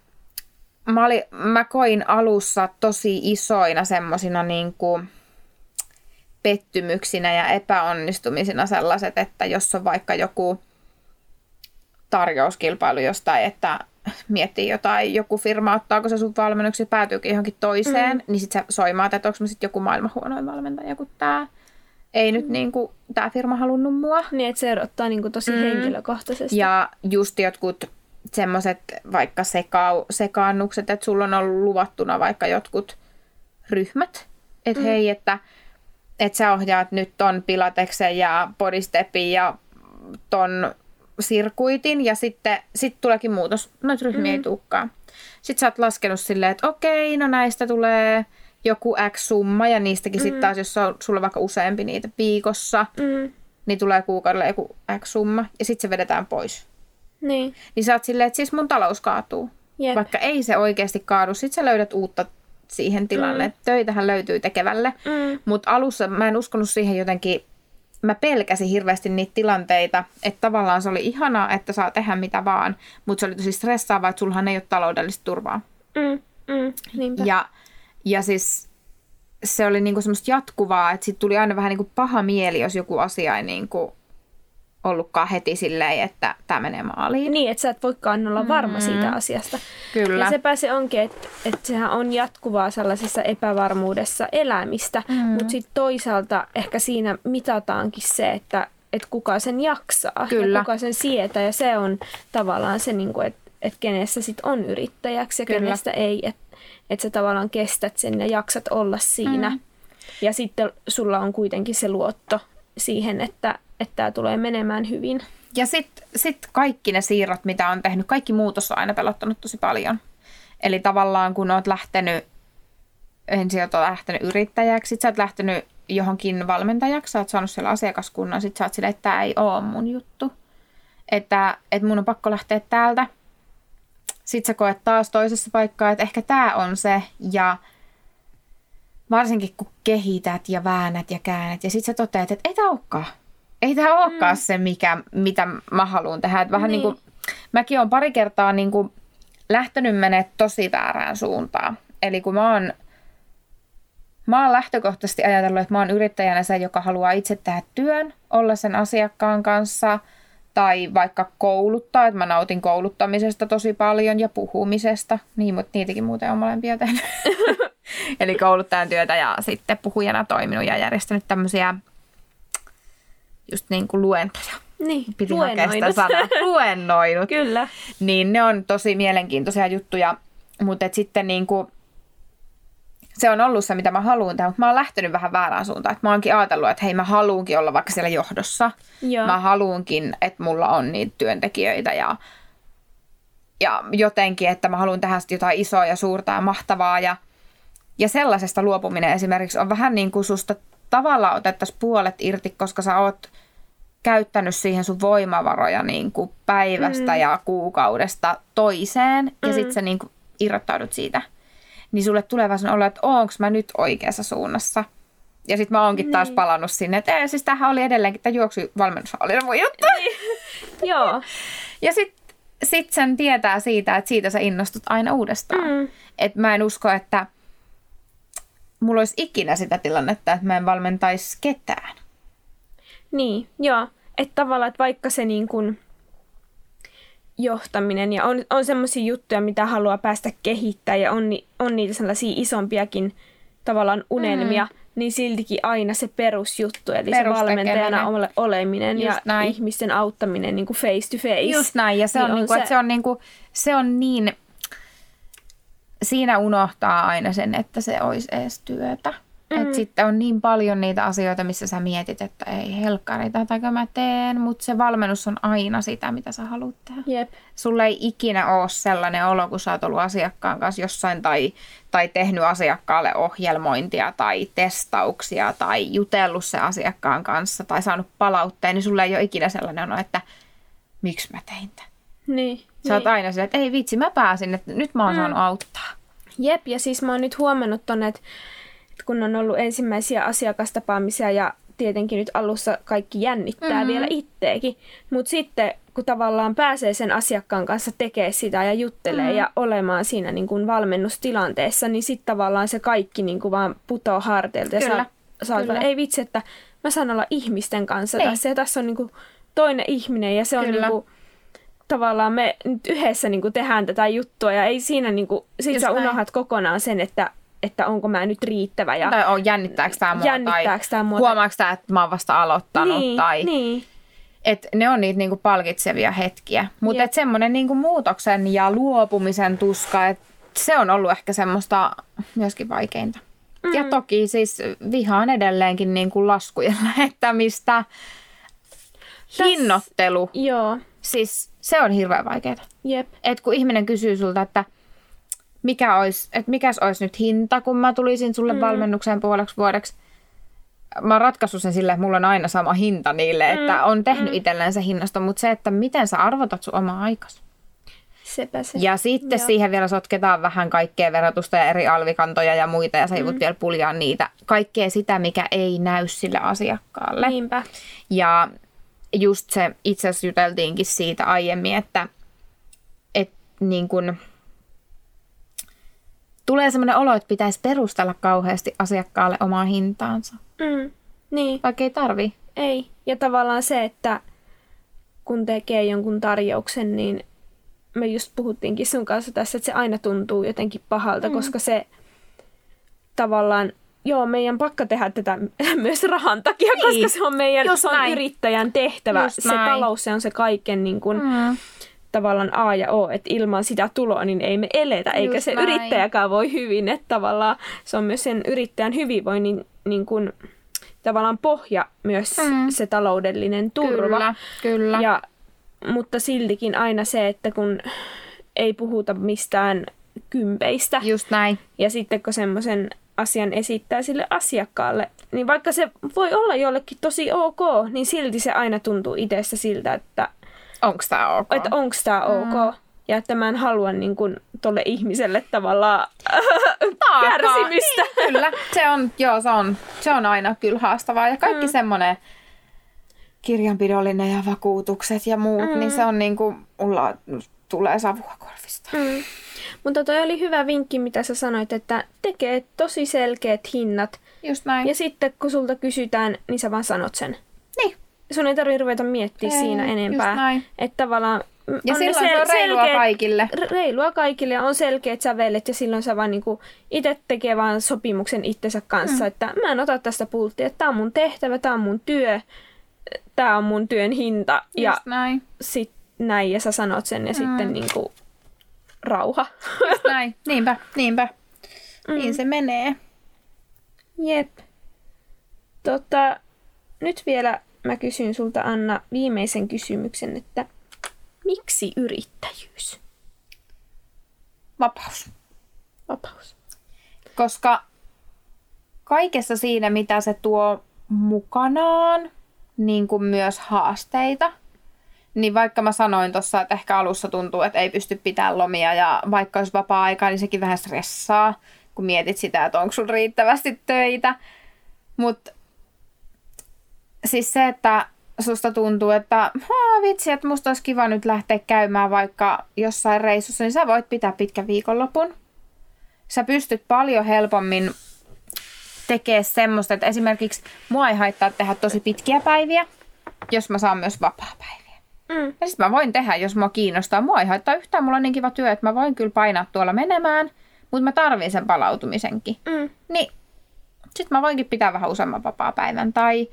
mä koin alussa tosi isoina semmosina niinku pettymyksinä ja epäonnistumisina sellaiset, että jos on vaikka joku tarjouskilpailu jostain, että miettii jotain, joku firma ottaako se sun valmennuksi ja päätyykin johonkin toiseen, niin sit sä soimaat, että onko mä sit joku maailman huonoin valmentaja, kun tää ei nyt niinku, tää firma halunnut mua. Niin, että se erottaa niinku tosi henkilökohtaisesti. Ja just jotkut semmoset vaikka sekaannukset, että sulla on ollut luvattuna vaikka jotkut ryhmät, että hei, että sä ohjaat nyt ton Pilateksen ja Bodystepin ja ton sirkuitin ja sitten tuleekin muutos. Noita ryhmiä ei tulekaan. Sitten sä oot laskenut silleen, että okei, no näistä tulee joku X summa ja niistäkin sitten taas, jos sulla on vaikka useampi niitä viikossa, niin tulee kuukaudelle joku X summa ja sitten se vedetään pois. Niin sä oot silleen, että siis mun talous kaatuu. Jep. Vaikka ei se oikeasti kaadu. Sitten sä löydät uutta siihen tilanne, että töitähän löytyy tekevälle. Mutta alussa mä en uskonut siihen jotenkin, mä pelkäsin hirveästi niitä tilanteita, että tavallaan se oli ihanaa, että saa tehdä mitä vaan, mutta se oli tosi stressaavaa, että sullahan ei ole taloudellista turvaa. Ja siis se oli niinku semmoista jatkuvaa, että sit tuli aina vähän niinku paha mieli, jos joku asia ei niinku ollutkaan heti silleen, että tämä menee maaliin. Niin, että sä et voikaan olla varma siitä asiasta. Kyllä. Ja sepä se onkin, että sehän on jatkuvaa sellaisessa epävarmuudessa elämistä, mutta sitten toisaalta ehkä siinä mitataankin se, että kuka sen jaksaa Kyllä. ja kuka sen sietää. Ja se on tavallaan se, niin että kenessä sit on yrittäjäksi ja kenestä ei, että sä tavallaan kestät sen ja jaksat olla siinä. Ja sitten sulla on kuitenkin se luotto siihen, että tämä tulee menemään hyvin. Ja sit kaikki ne siirrot, mitä on tehnyt, kaikki muutos on aina pelottanut tosi paljon. Eli tavallaan kun oot lähtenyt, ensin oot lähtenyt yrittäjäksi, sit sä oot lähtenyt johonkin valmentajaksi, sä oot saanut siellä asiakaskunnan, sit sä oot silleen, että tää ei oo mun juttu. Että mun on pakko lähteä täältä. Sit sä koet taas toisessa paikkaa, että ehkä tää on se. Ja varsinkin kun kehität ja väännät ja käännät ja sit sä toteat, että ei tää olekaan. Ei tämä olekaan se, mitä mä haluan tehdä. Että vähän niin kuin, mäkin olen pari kertaa niin kuin lähtenyt menemään tosi väärään suuntaan. Eli kun mä oon Mä oon lähtökohtaisesti ajatellut, että mä oon yrittäjänä se, joka haluaa itse tehdä työn, olla sen asiakkaan kanssa tai vaikka kouluttaa, että mä nautin kouluttamisesta tosi paljon ja puhumisesta. Niin, mutta niitäkin muuten on molempia tehnyt. Eli kouluttajan työtä ja sitten puhujana toiminut ja järjestänyt tämmöisiä just niin kuin luentoja. Niin, piti hakea sitä sanaa. Luennoinut. Kyllä. Niin ne on tosi mielenkiintoisia juttuja, mutta sitten niin kuin se on ollut se, mitä mä haluan tehdä, mutta mä oon lähtenyt vähän väärään suuntaan. Että mä oonkin ajatellut, että hei, mä haluunkin olla vaikka siellä johdossa. Joo. Mä haluunkin, että mulla on niitä työntekijöitä ja jotenkin, että mä haluan tehdä jotain isoa ja suurta ja mahtavaa. Ja sellaisesta luopuminen esimerkiksi on vähän niin kuin susta tavallaan otettaisiin puolet irti, koska sä oot käyttänyt siihen sun voimavaroja niin kuin päivästä ja kuukaudesta toiseen ja sitten sä niin kuin irrottaudut siitä. Niin sulle tulee vaan olo, että onko mä nyt oikeassa suunnassa. Ja sitten mä oonkin taas palannut sinne, että siis tämähän oli edelleenkin, tämä juoksuvalmennus oli mun juttu. Joo. Ja sit sen tietää siitä, että siitä sä innostut aina uudestaan. Että mä en usko, että mulla olisi ikinä sitä tilannetta, että mä en valmentaisi ketään. Niin, joo. Että tavallaan, että vaikka se niin kuin johtaminen ja on semmoisia juttuja, mitä haluaa päästä kehittämään ja on niitä sellaisia isompiakin tavallaan unelmia, niin siltikin aina se perusjuttu, eli se valmentajana oleminen just ja näin. Ihmisten auttaminen niin kuin face to face. Just näin, ja se on, niin kuin, että se on niin, siinä unohtaa aina sen, että se olisi edes työtä. Että sitten on niin paljon niitä asioita, missä sä mietit, että ei helkkari, tätäkö mä teen, mutta se valmennus on aina sitä, mitä sä haluat tehdä. Jep. Sulla ei ikinä ole sellainen olo, kun sä oot ollut asiakkaan kanssa jossain tai tehnyt asiakkaalle ohjelmointia tai testauksia tai jutellut se asiakkaan kanssa tai saanut palautteen, niin sulla ei ole ikinä sellainen olo, että miksi mä tein tämän. Niin. Sä oot aina sillä, että ei vitsi, mä pääsin, että nyt mä oon saanut auttaa. Jep, ja siis mä oon nyt huomannut tonne, että kun on ollut ensimmäisiä asiakastapaamisia ja tietenkin nyt alussa kaikki jännittää vielä itteekin. Mutta sitten kun tavallaan pääsee sen asiakkaan kanssa tekemään sitä ja juttelee ja olemaan siinä niin kuin valmennustilanteessa, niin sitten tavallaan se kaikki niin kuin vaan putoo harteilta. Ja sä oot vaan, ei vitsi, että mä saan olla ihmisten kanssa tässä. Ja tässä on niin kuin toinen ihminen ja se on niin kuin, tavallaan me nyt yhdessä niin kuin tehdään tätä juttua ja ei siinä niin kuin, sit sä unohdat kokonaan sen, että onko mä nyt riittävä. Tai jännittääkö tämä mua, tai huomaako tämä, että mä oon vasta aloittanut. Niin. Et ne on niitä niinku palkitsevia hetkiä. Mutta semmoinen niinku muutoksen ja luopumisen tuska, et se on ollut ehkä semmoista myöskin vaikeinta. Ja toki siis vihaan edelleenkin niinku laskujen lähettämistä. Hinnoittelu. Joo. Siis se on hirveän vaikeaa. Jep. Et kun ihminen kysyy sulta, että mikäs olisi nyt hinta, kun mä tulisin sulle valmennukseen puoleksi vuodeksi. Mä oon ratkaissut sen silleen, että mulla on aina sama hinta niille, että on tehnyt itselleen se hinnasto, mutta se, että miten sä arvotat sun omaa aikas. Sepä se. Ja sitten siihen vielä sotketaan vähän kaikkea verotusta ja eri alvikantoja ja muita, ja sä joudut vielä puljaa niitä. Kaikkea sitä, mikä ei näy sille asiakkaalle. Niinpä. Ja just se, itse asiassa juteltiinkin siitä aiemmin, että niin kun tulee semmoinen olo, että pitäisi perustella kauheasti asiakkaalle omaa hintaansa. Niin. Vaikka ei tarvii. Ei. Ja tavallaan se, että kun tekee jonkun tarjouksen, niin me just puhuttiinkin sun kanssa tässä, että se aina tuntuu jotenkin pahalta, koska se tavallaan, meidän pakko tehdä tätä myös rahan takia, koska se on meidän yrittäjän tehtävä. Just se näin. Talous, se on se kaiken niin kuin, tavallaan A ja O, että ilman sitä tuloa niin ei me eletä, eikä se yrittäjäkään voi hyvin, että tavallaan se on myös sen yrittäjän hyvinvoinnin niin kuin, tavallaan pohja myös se taloudellinen turva. Kyllä. Mutta siltikin aina se, että kun ei puhuta mistään kympeistä. Just näin. Ja sitten kun semmoisen asian esittää sille asiakkaalle, niin vaikka se voi olla jollekin tosi ok, niin silti se aina tuntuu itsestä siltä, että onks tää ok? Että onks tää ok? Ja että mä en halua niin kun tolle ihmiselle tavallaan kärsimystä. Niin, kyllä, se on aina kyllä haastavaa. Ja kaikki semmoinen kirjanpidollinen ja vakuutukset ja muut, niin se on niin kuin, mulla tulee savua korvista. Mutta toi oli hyvä vinkki, mitä sä sanoit, että tekee tosi selkeät hinnat. Just näin. Ja sitten kun sulta kysytään, niin sä vaan sanot sen. Niin. Sun ei tarvitse ruveta miettimään siinä enempää. Just näin. Että tavallaan ja silloin se on reilua kaikille. Reilua kaikille ja on selkeät sävelet ja silloin sä vaan niinku itse tekee vaan sopimuksen itsensä kanssa, että mä en ota tästä pulttia, että tää on mun tehtävä, tää on mun työ, tää on mun työn hinta. Just ja näin. Sit näin ja sä sanot sen ja sitten niinku rauha. Just näin. Niinpä. Niin se menee. Jep. Nyt vielä mä kysyn sulta, Anna, viimeisen kysymyksen, että miksi yrittäjyys? Vapaus. Koska kaikessa siinä, mitä se tuo mukanaan, niin kuin myös haasteita, niin vaikka mä sanoin tuossa, että ehkä alussa tuntuu, että ei pysty pitämään lomia ja vaikka olisi vapaa-aikaa, niin sekin vähän stressaa, kun mietit sitä, että onko sulla riittävästi töitä. Mutta siis se, että susta tuntuu, että vitsi, että musta olisi kiva nyt lähteä käymään vaikka jossain reissussa, niin sä voit pitää pitkän viikonlopun. Sä pystyt paljon helpommin tekemään semmoista, että esimerkiksi mua ei haittaa tehdä tosi pitkiä päiviä, jos mä saan myös vapaapäiviä. Ja sit mä voin tehdä, jos mua kiinnostaa. Mua ei haittaa yhtään, mulla on niin kiva työ, että mä voin kyllä painaa tuolla menemään, mutta mä tarvin sen palautumisenkin. Niin sit mä voinkin pitää vähän useamman vapaapäivän. Tai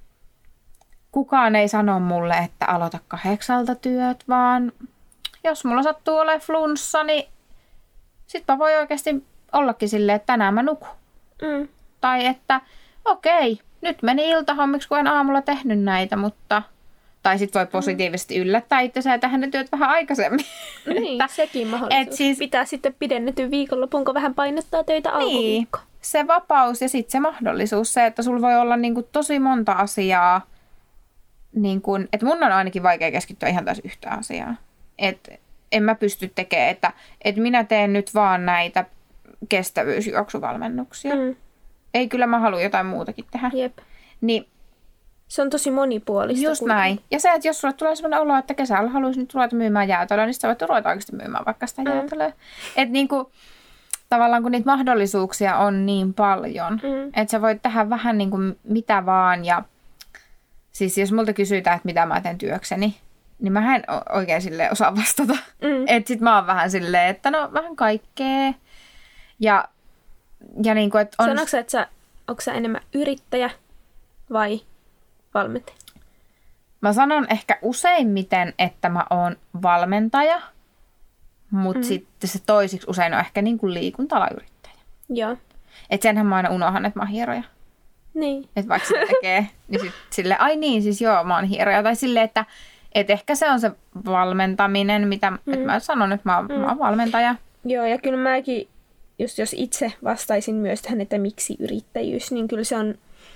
kukaan ei sano mulle, että aloita 8 työt, vaan jos mulla sattuu olemaan flunssa, niin sit mä voin oikeasti ollakin silleen, että tänään mä nukun. Tai että okei, nyt meni iltahommiksi, kun en aamulla tehnyt näitä, mutta tai sit voi positiivisesti yllättää itsensä ja tehdä ne työt vähän aikaisemmin. Niin, sekin mahdollisuus. Siis pitää sitten pidennetyn viikonlopun, kun vähän painottaa töitä alkuviikko. Niin, se vapaus ja sitten se mahdollisuus, se, että sulla voi olla niinku tosi monta asiaa. Niinku, että mun on ainakin vaikea keskittyä ihan täysin yhtä asiaa. Että en mä pysty tekemään, että minä teen nyt vaan näitä kestävyysjuoksuvalmennuksia. Ei, kyllä mä haluan jotain muutakin tehdä. Jep. Niin, se on tosi monipuolista. Just näin. Ja se, että jos sulle tulee sellainen olo, että kesällä haluaisin nyt ruveta myymään jäätelöä, niin sä voit ruveta oikeasti myymään vaikka sitä jäätelöä. Että niinku, tavallaan kun niitä mahdollisuuksia on niin paljon, että sä voit tehdä vähän niinku mitä vaan. Ja siis jos multa kysytään, että mitä mä teen työkseni, niin mä en oikein silleen osaa vastata. Että sit mä oon vähän silleen, että no vähän kaikkea. Ja niinku, että on... Sanoitko sä, että onko sä enemmän yrittäjä vai valmentaja? Mä sanon ehkä useimmiten, että mä oon valmentaja, mutta sitten se toisiksi usein on ehkä niin kuin liikuntalayrittäjä. Joo. Että senhän mä aina unohan, että mä oon hieroja. Niin. Että vaikka sitä tekee, niin sitten silleen, ai niin, siis joo, mä oon hieroja. Tai silleen, että ehkä se on se valmentaminen, mitä että mä sanon, että mä oon valmentaja. Joo, ja kyllä mäkin, jos itse vastaisin myös tähän, että miksi yrittäjyys, niin kyllä se on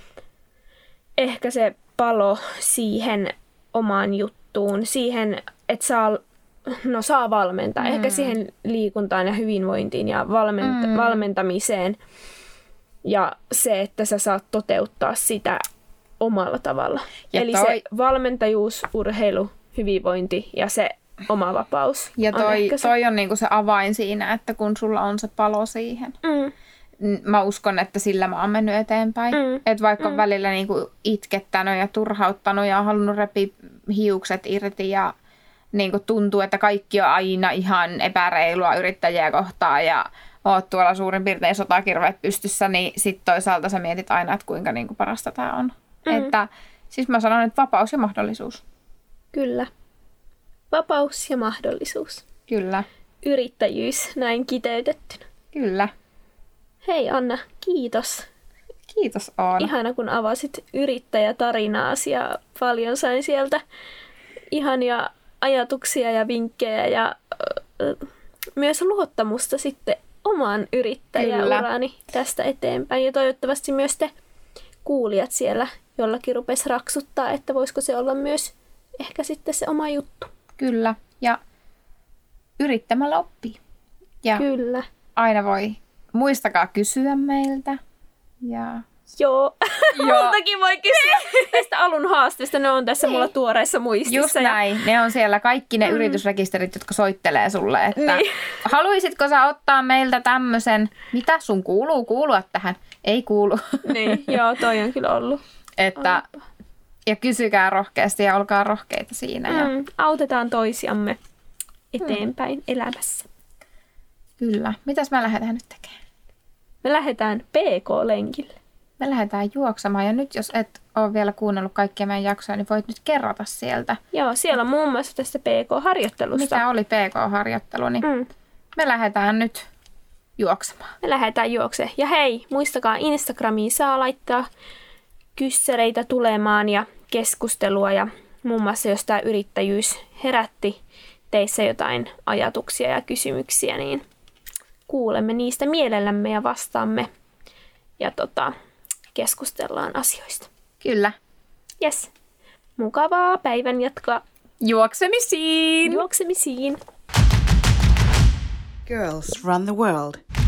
ehkä se palo siihen omaan juttuun, siihen, että saa valmentaa. Ehkä siihen liikuntaan ja hyvinvointiin ja valmentamiseen. Ja se, että sä saat toteuttaa sitä omalla tavalla. Ja eli se valmentajuus, urheilu, hyvinvointi ja se oma vapaus. Ja toi on niinku se avain siinä, että kun sulla on se palo siihen. Mä uskon, että sillä mä oon mennyt eteenpäin. Että vaikka on välillä niinku itkettänyt ja turhauttanut ja on halunnut repiä hiukset irti ja niinku tuntuu, että kaikki on aina ihan epäreilua yrittäjiä kohtaan ja oot tuolla suurin piirtein sotakirveet pystyssä, niin sit toisaalta sä mietit aina, että kuinka niinku parasta tää on. Että siis mä sanon, että vapaus ja mahdollisuus. Kyllä. Vapaus ja mahdollisuus. Kyllä. Yrittäjyys näin kiteytettynä. Kyllä. Hei Anna, kiitos. Kiitos Oona. Ihana kun avasit yrittäjätarinaasi ja paljon sain sieltä ihania ajatuksia ja vinkkejä ja myös luottamusta sitten omaan yrittäjäuraani tästä eteenpäin. Ja toivottavasti myös te kuulijat siellä jollakin rupesi raksuttaa, että voisiko se olla myös ehkä sitten se oma juttu. Kyllä, ja yrittämällä oppii. Ja kyllä. Aina voi, muistakaa kysyä meiltä. Ja... Joo, multakin voi kysyä. Tästä alun haasteista, ne on tässä mulla tuoreissa muistissa. Just näin. Ne on siellä kaikki ne yritysrekisterit, jotka soittelee sulle, että haluaisitko sä ottaa meiltä tämmöisen, mitä sun kuuluu kuulua tähän? Ei kuulu. Niin, joo, toi on kyllä ollut. Että, ja kysykää rohkeasti ja olkaa rohkeita siinä. Ja... Autetaan toisiamme eteenpäin elämässä. Kyllä. Mitäs me lähdetään nyt tekemään? Me lähdetään PK-lenkille. Me lähdetään juoksemaan ja nyt jos et ole vielä kuunnellut kaikkia meidän jaksoja, niin voit nyt kerrata sieltä. Joo, siellä on muun muassa tästä PK-harjoittelusta. Mikä oli PK-harjoittelu, niin me lähdetään nyt juoksemaan. Me lähdetään juoksemaan. Ja hei, muistakaa Instagramiin saa laittaa kyssäreitä tulemaan ja keskustelua. Ja muun muassa jos tämä yrittäjyys herätti teissä jotain ajatuksia ja kysymyksiä, niin kuulemme niistä mielellämme ja vastaamme. Ja keskustellaan asioista. Kyllä. Yes. Mukavaa päivän jatkoa. Juoksemisiin! Juoksemisiin. Girls run the world.